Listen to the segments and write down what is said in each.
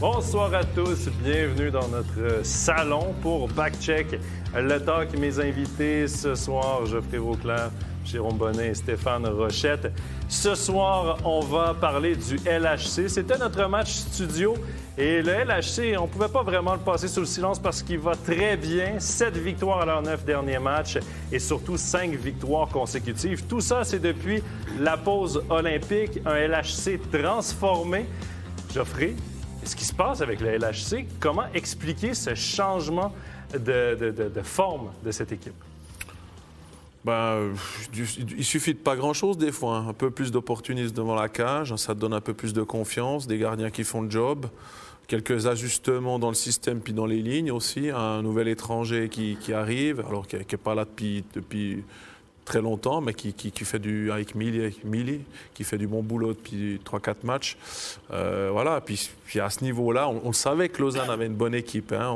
Bonsoir à tous, bienvenue dans notre salon pour Back-Check le talk. Mes invités ce soir, Geoffrey Vauclair, Jérôme Bonnet et Stéphane Rochette. Ce soir, on va parler du LHC. C'était notre match studio et le LHC, on ne pouvait pas vraiment le passer sous le silence parce qu'il va très bien. 7 victoires à leurs 9 derniers matchs et surtout 5 victoires consécutives. Tout ça, c'est depuis la pause olympique, un LHC transformé. Geoffrey, ce qui se passe avec le LHC, comment expliquer ce changement de forme de cette équipe? Il suffit de pas grand-chose des fois. Un peu plus d'opportunisme devant la cage, ça te donne un peu plus de confiance, des gardiens qui font le job, quelques ajustements dans le système puis dans les lignes aussi, un nouvel étranger qui arrive, alors qui n'est pas là depuis très longtemps, mais qui fait avec Milly, qui fait du bon boulot depuis 3-4 matchs. Voilà, puis à ce niveau-là, on savait que Lausanne avait une bonne équipe. Hein.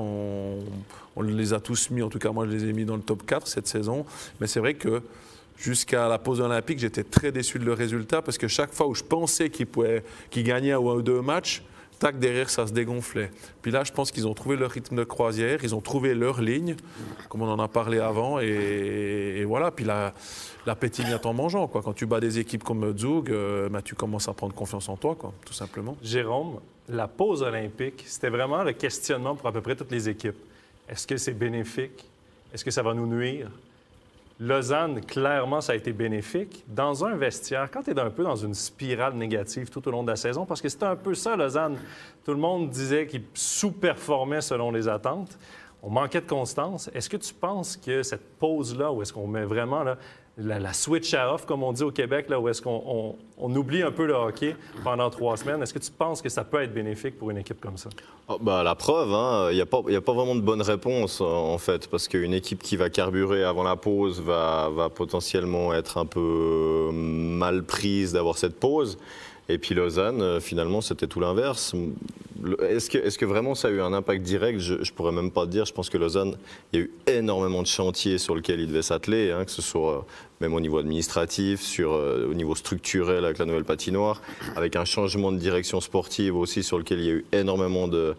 On les a tous mis, en tout cas moi je les ai mis dans le top 4 cette saison. Mais c'est vrai que jusqu'à la pause olympique, j'étais très déçu de leur résultat parce que chaque fois où je pensais qu'ils gagnaient un ou deux matchs, tac, derrière, ça se dégonflait. Puis là, je pense qu'ils ont trouvé leur rythme de croisière, ils ont trouvé leur ligne, comme on en a parlé avant, et voilà. Puis l'appétit vient en mangeant, quoi. Quand tu bats des équipes comme Zug, tu commences à prendre confiance en toi, quoi, tout simplement. Jérôme, la pause olympique, c'était vraiment le questionnement pour à peu près toutes les équipes. Est-ce que c'est bénéfique? Est-ce que ça va nous nuire? Lausanne, clairement, ça a été bénéfique. Dans un vestiaire, quand tu es un peu dans une spirale négative tout au long de la saison, parce que c'était un peu ça, Lausanne, tout le monde disait qu'ils sous-performaient selon les attentes. On manquait de constance. Est-ce que tu penses que cette pause-là, où est-ce qu'on met vraiment la switch à off, comme on dit au Québec, là, où est-ce qu'on oublie un peu le hockey pendant 3 semaines, est-ce que tu penses que ça peut être bénéfique pour une équipe comme ça? La preuve, il n'y a pas vraiment de bonne réponse, en fait, parce qu'une équipe qui va carburer avant la pause va potentiellement être un peu mal prise d'avoir cette pause. Et puis Lausanne, finalement, c'était tout l'inverse. Est-ce que vraiment ça a eu un impact direct? Je ne pourrais même pas te dire. Je pense que Lausanne, il y a eu énormément de chantiers sur lesquels ils devaient s'atteler, que ce soit même au niveau administratif, au niveau structurel avec la nouvelle patinoire, avec un changement de direction sportive aussi sur lequel il y a eu énormément de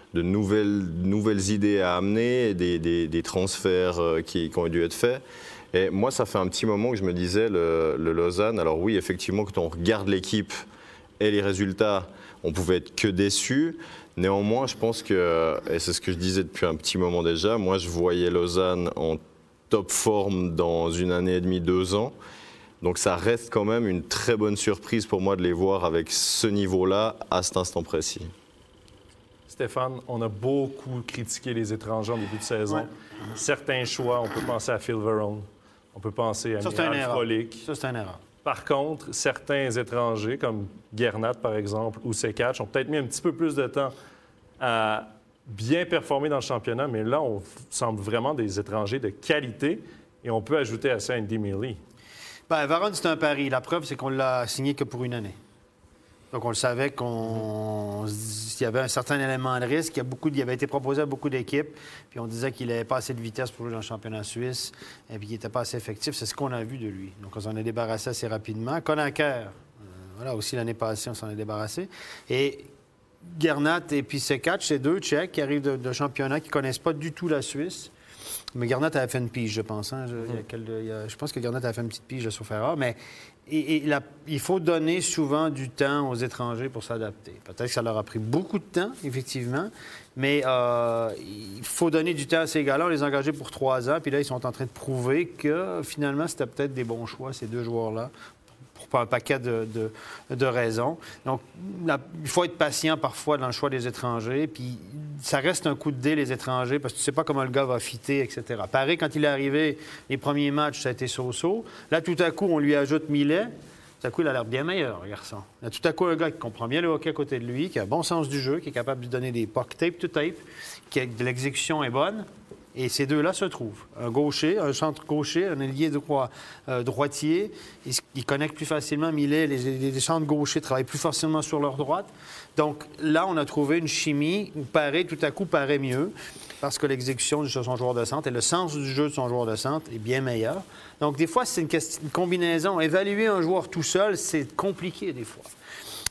nouvelles idées à amener, des transferts qui ont dû être faits. Et moi, ça fait un petit moment que je me disais, le Lausanne, alors oui, effectivement, quand on regarde l'équipe et les résultats, on pouvait être que déçu. Néanmoins, je pense que, et c'est ce que je disais depuis un petit moment déjà, moi je voyais Lausanne en top forme dans 1 année et demie, 2 ans. Donc ça reste quand même une très bonne surprise pour moi de les voir avec ce niveau-là à cet instant précis. Stéphane, on a beaucoup critiqué les étrangers en début de saison. Ouais. Certains choix, on peut penser à Phil Verone, on peut penser à Miral Frolik. Ça, c'est une erreur. Par contre, certains étrangers, comme Gernat, par exemple, ou Sekatch, ont peut-être mis un petit peu plus de temps à bien performer dans le championnat, mais là, on semble vraiment des étrangers de qualité, et on peut ajouter à ça Andy Milly. Varone, c'est un pari. La preuve, c'est qu'on l'a signé que pour 1 année. Donc, on le savait qu'il y avait un certain élément de risque. Il avait été proposé à beaucoup d'équipes. Puis on disait qu'il n'avait pas assez de vitesse pour jouer dans le championnat suisse. Et puis qu'il n'était pas assez effectif. C'est ce qu'on a vu de lui. Donc, on s'en est débarrassé assez rapidement. Conacher, aussi l'année passée, on s'en est débarrassé. Et Gernat et puis Sekatch, c'est 2 Tchèques qui arrivent de championnat, qui ne connaissent pas du tout la Suisse. Mais Gernat avait fait une pige, je pense. Je pense que Gernat avait fait une petite pige sur Ferrari. Mais il faut donner souvent du temps aux étrangers pour s'adapter. Peut-être que ça leur a pris beaucoup de temps, effectivement, mais il faut donner du temps à ces gars-là. On les a engagés pour 3 ans, puis là, ils sont en train de prouver que, finalement, c'était peut-être des bons choix, ces 2 joueurs-là, pour un paquet de raisons. Donc, il faut être patient parfois dans le choix des étrangers, puis ça reste un coup de dé, les étrangers, parce que tu ne sais pas comment le gars va fitter, etc. Pareil, quand il est arrivé, les premiers matchs, ça a été so-so. Là, tout à coup, on lui ajoute Millet. Tout à coup, il a l'air bien meilleur, le garçon. Là, tout à coup, un gars qui comprend bien le hockey à côté de lui, qui a un bon sens du jeu, qui est capable de donner des puck tape to tape, l'exécution est bonne. Et ces 2-là se trouvent. Un gaucher, un centre gaucher, un ailier droitier. Ils connectent plus facilement. Millet, les centres gauchers travaillent plus facilement sur leur droite. Donc là, on a trouvé une chimie où tout à coup, paraît mieux parce que l'exécution de son joueur de centre et le sens du jeu de son joueur de centre est bien meilleur. Donc des fois, c'est une combinaison. Évaluer un joueur tout seul, c'est compliqué des fois.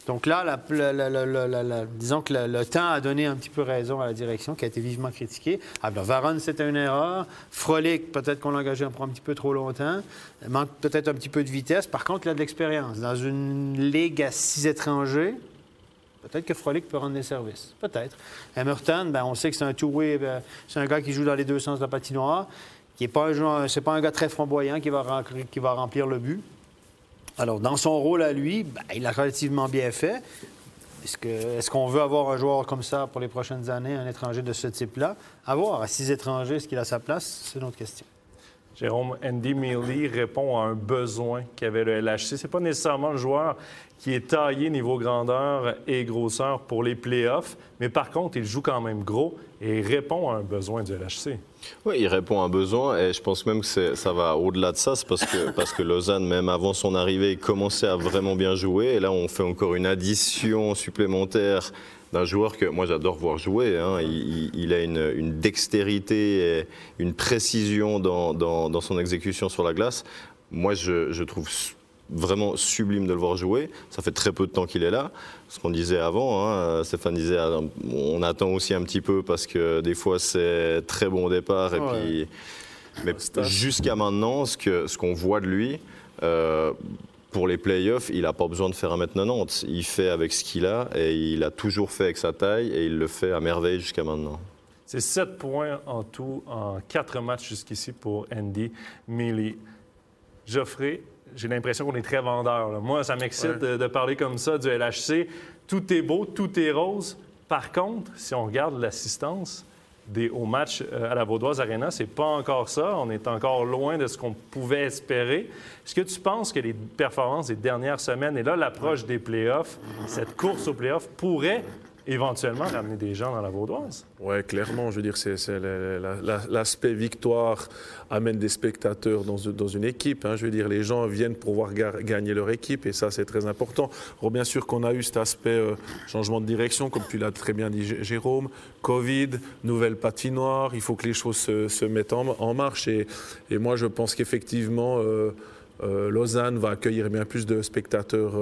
Donc là, disons que le temps a donné un petit peu raison à la direction, qui a été vivement critiquée. Alors, Varane, c'était une erreur. Frolic, peut-être qu'on l'a engagé pour un petit peu trop longtemps. Il manque peut-être un petit peu de vitesse. Par contre, il a de l'expérience. Dans une ligue à 6 étrangers, peut-être que Frolic peut rendre des services. Peut-être. Emerton, on sait que c'est un two-way. C'est un gars qui joue dans les deux sens de la patinoire, qui n'est pas c'est pas un gars très flamboyant qui va remplir le but. Alors, dans son rôle à lui, il a relativement bien fait. Est-ce qu'on veut avoir un joueur comme ça pour les prochaines années, un étranger de ce type-là? À voir. À 6 étrangers, est-ce qu'il a sa place? C'est une autre question. Jérôme, Andy Mealy répond à un besoin qu'avait le LHC. C'est pas nécessairement le joueur qui est taillé niveau grandeur et grosseur pour les playoffs, mais par contre, il joue quand même gros et répond à un besoin du LHC. Oui, il répond à un besoin et je pense même que ça va au-delà de ça. C'est parce que Lausanne, même avant son arrivée, commençait à vraiment bien jouer. Et là, on fait encore une addition supplémentaire d'un joueur que moi j'adore voir jouer. Hein. Il a une dextérité et une précision dans son exécution sur la glace. Moi, je trouve vraiment sublime de le voir jouer. Ça fait très peu de temps qu'il est là. Ce qu'on disait avant, hein, Stéphane disait, on attend aussi un petit peu parce que des fois c'est très bon au départ. Et puis, mais jusqu'à maintenant, ce qu'on voit de lui, pour les playoffs, il n'a pas besoin de faire 1m90. Il fait avec ce qu'il a et il a toujours fait avec sa taille et il le fait à merveille jusqu'à maintenant. C'est 7 points en tout en 4 matchs jusqu'ici pour Andy Mealy. Geoffrey, j'ai l'impression qu'on est très vendeur, là. Moi, ça m'excite de parler comme ça du LHC. Tout est beau, tout est rose. Par contre, si on regarde l'assistance au match à la Vaudoise Arena, c'est pas encore ça. On est encore loin de ce qu'on pouvait espérer. Est-ce que tu penses que les performances des dernières semaines et là, l'approche des playoffs, cette course aux playoffs pourrait éventuellement ramener des gens dans la Vaudoise? Oui, clairement. Je veux dire, c'est l'aspect victoire amène des spectateurs dans une équipe. Hein. Je veux dire, les gens viennent pour voir gagner leur équipe et ça, c'est très important. Alors, bien sûr qu'on a eu cet aspect changement de direction, comme tu l'as très bien dit, Jérôme, Covid, nouvelle patinoire. Il faut que les choses se mettent en marche. Et moi, je pense qu'effectivement, Lausanne va accueillir bien plus de spectateurs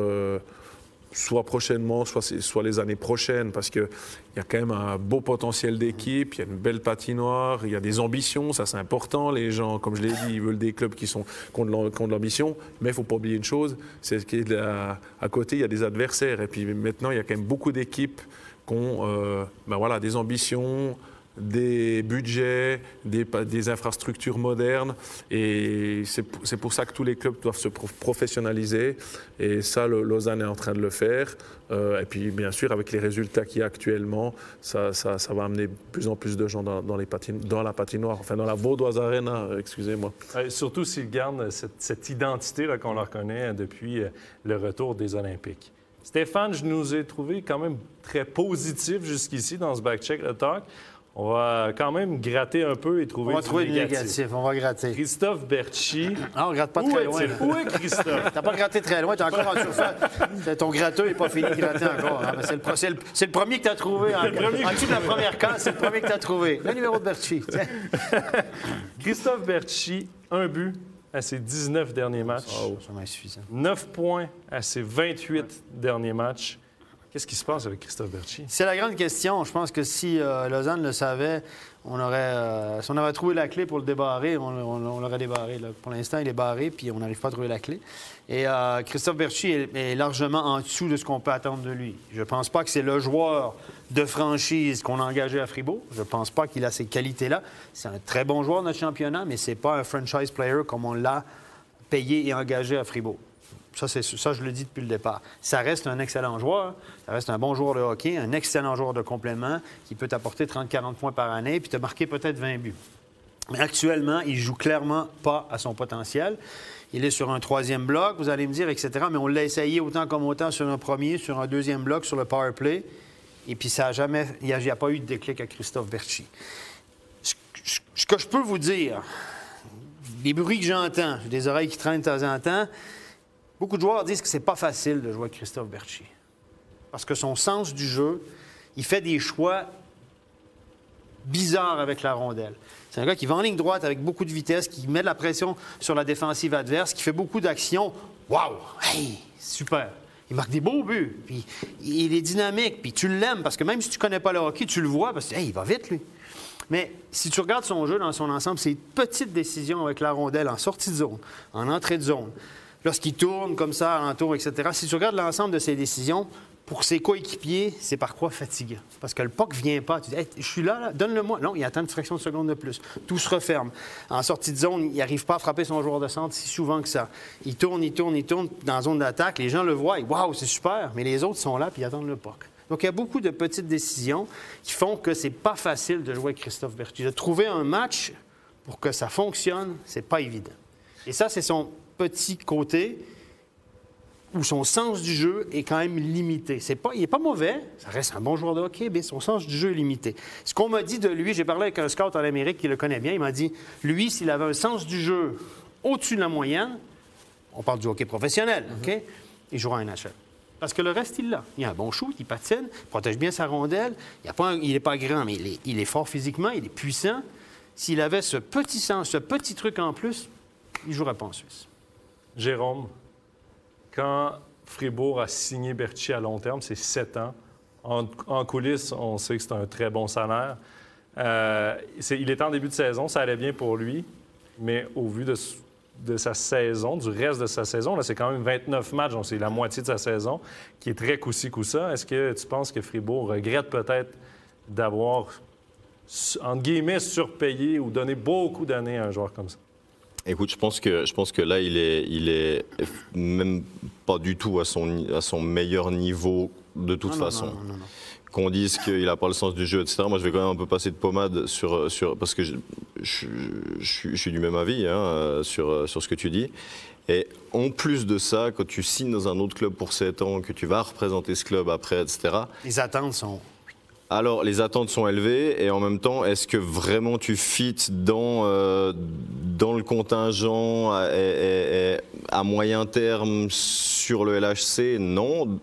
soit prochainement, soit les années prochaines, parce qu'il y a quand même un beau potentiel d'équipe, il y a une belle patinoire, il y a des ambitions, ça c'est important. Les gens, comme je l'ai dit, ils veulent des clubs qui ont de l'ambition, mais il ne faut pas oublier une chose, c'est qu'à côté, il y a des adversaires. Et puis maintenant, il y a quand même beaucoup d'équipes qui ont des ambitions, des budgets, des infrastructures modernes. Et c'est pour ça que tous les clubs doivent se professionnaliser. Et ça, Lausanne est en train de le faire. Et puis, bien sûr, avec les résultats qu'il y a actuellement, ça va amener de plus en plus de gens dans la patinoire, enfin dans la Vaudoise Arena, excusez-moi. Surtout s'ils gardent cette identité là, qu'on leur connaît depuis le retour des Olympiques. Stéphane, je nous ai trouvé quand même très positif jusqu'ici dans ce Backcheck le Talk. On va quand même gratter un peu et trouver du négatif. On va gratter. Christophe Berchi. Ah, on gratte pas très loin. Où est Christophe? T'as pas gratté très loin, t'es encore en surface. Ton gratteux n'est pas fini de gratter encore. Hein? C'est le premier que t'as trouvé. En dessous de la première case, c'est le premier que t'as trouvé. Le numéro de Berchi. Christophe Berchi, 1 but à ses 19 derniers matchs. Oh, ça m'est suffisant. 9 points à ses 28 derniers matchs. Qu'est-ce qui se passe avec Christophe Berchi? C'est la grande question. Je pense que si Lausanne le savait, si on avait trouvé la clé pour le débarrer, on l'aurait débarré. Là. Pour l'instant, il est barré, puis on n'arrive pas à trouver la clé. Et Christophe Berchi est largement en dessous de ce qu'on peut attendre de lui. Je ne pense pas que c'est le joueur de franchise qu'on a engagé à Fribourg. Je ne pense pas qu'il a ces qualités-là. C'est un très bon joueur de notre championnat, mais ce n'est pas un franchise player comme on l'a payé et engagé à Fribourg. Ça, je le dis depuis le départ. Ça reste un excellent joueur, ça reste un bon joueur de hockey, un excellent joueur de complément qui peut t'apporter 30-40 points par année puis te marquer peut-être 20 buts. Mais actuellement, il ne joue clairement pas à son potentiel. Il est sur un 3e bloc, vous allez me dire, etc. Mais on l'a essayé autant comme autant sur un premier, sur un 2e bloc, sur le power play. Et puis, il n'y a pas eu de déclic à Christophe Berchi. Ce que je peux vous dire, les bruits que j'entends, j'ai des oreilles qui traînent de temps en temps. Beaucoup de joueurs disent que c'est pas facile de jouer avec Christophe Berchi. Parce que son sens du jeu, il fait des choix bizarres avec la rondelle. C'est un gars qui va en ligne droite avec beaucoup de vitesse, qui met de la pression sur la défensive adverse, qui fait beaucoup d'actions. Waouh! Hey! Super! Il marque des beaux buts, puis il est dynamique, puis tu l'aimes, parce que même si tu ne connais pas le hockey, tu le vois, parce que il va vite, lui. Mais si tu regardes son jeu dans son ensemble, c'est petites décisions avec la rondelle en sortie de zone, en entrée de zone, lorsqu'il tourne comme ça, alentour, etc. Si tu regardes l'ensemble de ses décisions, pour ses coéquipiers, c'est par quoi fatigant. Parce que le puck ne vient pas. Tu dis, hey, je suis là, donne-le-moi. Non, il attend une fraction de seconde de plus. Tout se referme. En sortie de zone, il n'arrive pas à frapper son joueur de centre si souvent que ça. Il tourne dans la zone d'attaque. Les gens le voient. Waouh, c'est super. Mais les autres sont là puis ils attendent le puck. Donc, il y a beaucoup de petites décisions qui font que c'est pas facile de jouer avec Christophe Berthier. De trouver un match pour que ça fonctionne, c'est pas évident. Et ça, c'est son petit côté où son sens du jeu est quand même limité. Il n'est pas mauvais, ça reste un bon joueur de hockey, mais son sens du jeu est limité. Ce qu'on m'a dit de lui, j'ai parlé avec un scout en Amérique qui le connaît bien, il m'a dit, lui, s'il avait un sens du jeu au-dessus de la moyenne, on parle du hockey professionnel, OK? Il jouera en NHL. Parce que le reste, il l'a. Il a un bon shoot, il patine, il protège bien sa rondelle, il n'est pas grand, mais il est fort physiquement, il est puissant. S'il avait ce petit sens, ce petit truc en plus, il ne jouerait pas en Suisse. Jérôme, quand Fribourg a signé Berthier à long terme, c'est 7 ans. En coulisses, on sait que c'est un très bon salaire. Il était en début de saison, ça allait bien pour lui, mais au vu de sa saison, du reste de sa saison, là, c'est quand même 29 matchs, donc c'est la moitié de sa saison, qui est très coup-ci, coup-ça. Est-ce que tu penses que Fribourg regrette peut-être d'avoir, entre guillemets, surpayé ou donné beaucoup d'années à un joueur comme ça? Écoute, je pense que là, il est même pas du tout à son meilleur niveau de toute façon. Non. Qu'on dise qu'il n'a pas le sens du jeu, etc. Moi, je vais quand même un peu passer de pommade parce que je suis du même avis sur ce que tu dis. Et en plus de ça, quand tu signes dans un autre club pour 7 ans, que tu vas représenter ce club après, etc. Les attentes sont... Alors, les attentes sont élevées et en même temps, est-ce que vraiment tu fites dans le contingent à moyen terme sur le LHC? Non.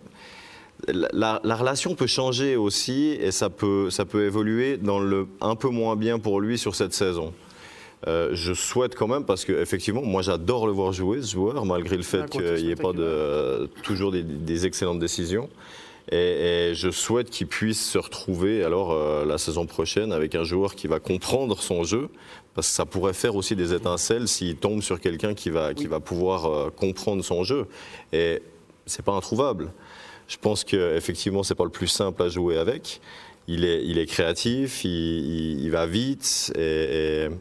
La relation peut changer aussi et ça peut évoluer dans le un peu moins bien pour lui sur cette saison. Je souhaite quand même, parce qu'effectivement, moi j'adore le voir jouer, ce joueur, malgré le fait qu'il n'y ait pas toujours des excellentes décisions. Et je souhaite qu'il puisse se retrouver alors la saison prochaine avec un joueur qui va comprendre son jeu, parce que ça pourrait faire aussi des étincelles s'il tombe sur quelqu'un qui va pouvoir comprendre son jeu. Et c'est pas introuvable. Je pense qu'effectivement, c'est pas le plus simple à jouer avec. Il est créatif, il va vite et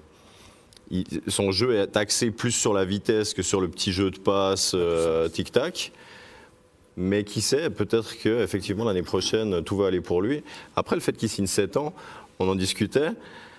son jeu est axé plus sur la vitesse que sur le petit jeu de passe tic-tac. Mais qui sait, peut-être qu'effectivement, l'année prochaine, tout va aller pour lui. Après, le fait qu'il signe 7 ans, on en discutait.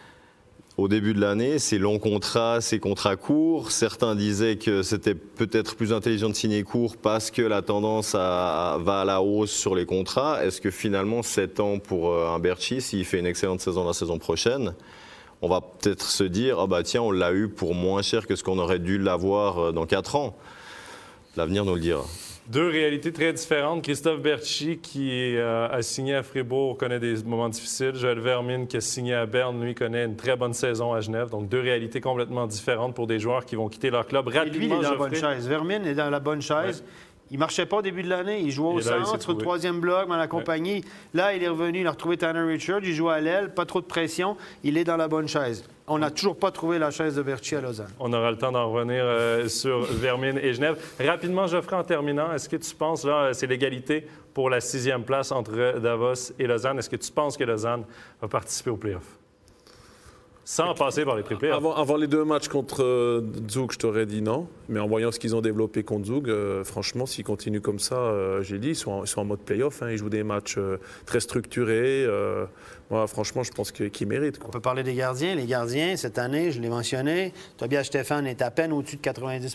Au début de l'année, ces longs contrats, ces contrats courts, certains disaient que c'était peut-être plus intelligent de signer court parce que la tendance va à la hausse sur les contrats. Est-ce que finalement, 7 ans pour un Berthier, s'il fait une excellente saison la saison prochaine, on va peut-être se dire, ah bah tiens, on l'a eu pour moins cher que ce qu'on aurait dû l'avoir dans 4 ans. L'avenir nous le dira. Deux réalités très différentes. Christophe Berthier, qui a signé à Fribourg, connaît des moments difficiles. Joël Vermine, qui a signé à Berne, lui, connaît une très bonne saison à Genève. Donc, deux réalités complètement différentes pour des joueurs qui vont quitter leur club rapidement. Et lui, il est dans la bonne chaise. Vermine est dans la bonne chaise. Ouais. Il ne marchait pas au début de l'année. Il jouait au centre, au troisième bloc, dans la compagnie. Ouais. Là, il est revenu, il a retrouvé Tanner Richard. Il joue à l'aile, pas trop de pression. Il est dans la bonne chaise. On n'a toujours pas trouvé la chaise de Berthier à Lausanne. On aura le temps d'en revenir sur Vermine et Genève. Rapidement, Geoffrey, en terminant, est-ce que tu penses, là, c'est l'égalité pour la 6e place entre Davos et Lausanne. Est-ce que tu penses que Lausanne va participer aux playoffs? Sans passer par les pré-playoffs. Avant les 2 matchs contre Zug, je t'aurais dit non. Mais en voyant ce qu'ils ont développé contre Zug, franchement, s'ils continuent comme ça, j'ai dit, ils sont en mode play-off. Ils jouent des matchs très structurés. Moi, franchement, je pense qu'ils méritent. On peut parler des gardiens. Les gardiens, cette année, je l'ai mentionné, Tobias Stéphane est à peine au-dessus de 90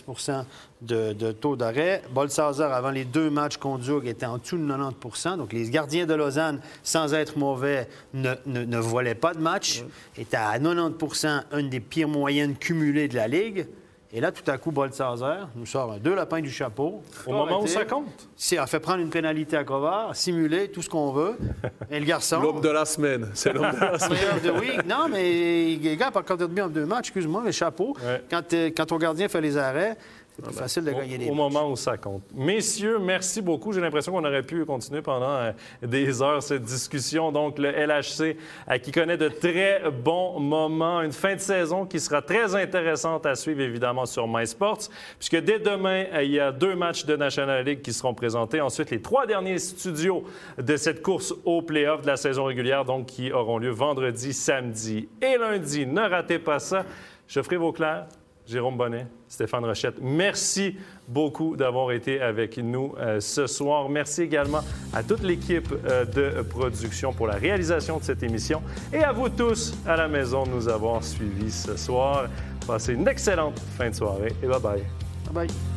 de taux d'arrêt. Bolshauser, avant les 2 matchs contre Zug, était en dessous de 90 Donc, les gardiens de Lausanne, sans être mauvais, ne volaient pas de match. Étaient à 90 une des pires moyennes cumulées de la Ligue. Et là, tout à coup, Bolshauser nous sort 2 lapins du chapeau. Au moment où ça compte. C'est a fait prendre une pénalité à Kovar, simuler tout ce qu'on veut. Et le garçon... L'homme de la semaine. C'est l'homme de la semaine. Non, mais les gars, quand tu as mis en 2 matchs, excuse-moi, le chapeau, quand ton gardien fait les arrêts, C'est plus facile de gagner des Au matchs. moment où ça compte. Messieurs, merci beaucoup. J'ai l'impression qu'on aurait pu continuer pendant des heures cette discussion. Donc, le LHC qui connaît de très bons moments. Une fin de saison qui sera très intéressante à suivre, évidemment, sur MySports, puisque dès demain, il y a 2 matchs de National League qui seront présentés. Ensuite, les 3 derniers studios de cette course aux playoffs de la saison régulière, donc qui auront lieu vendredi, samedi et lundi. Ne ratez pas ça. Geoffrey Vauclair, Jérôme Bonnet, Stéphane Rochette, merci beaucoup d'avoir été avec nous ce soir. Merci également à toute l'équipe de production pour la réalisation de cette émission et à vous tous à la maison de nous avoir suivis ce soir. Passez une excellente fin de soirée et bye-bye. Bye-bye.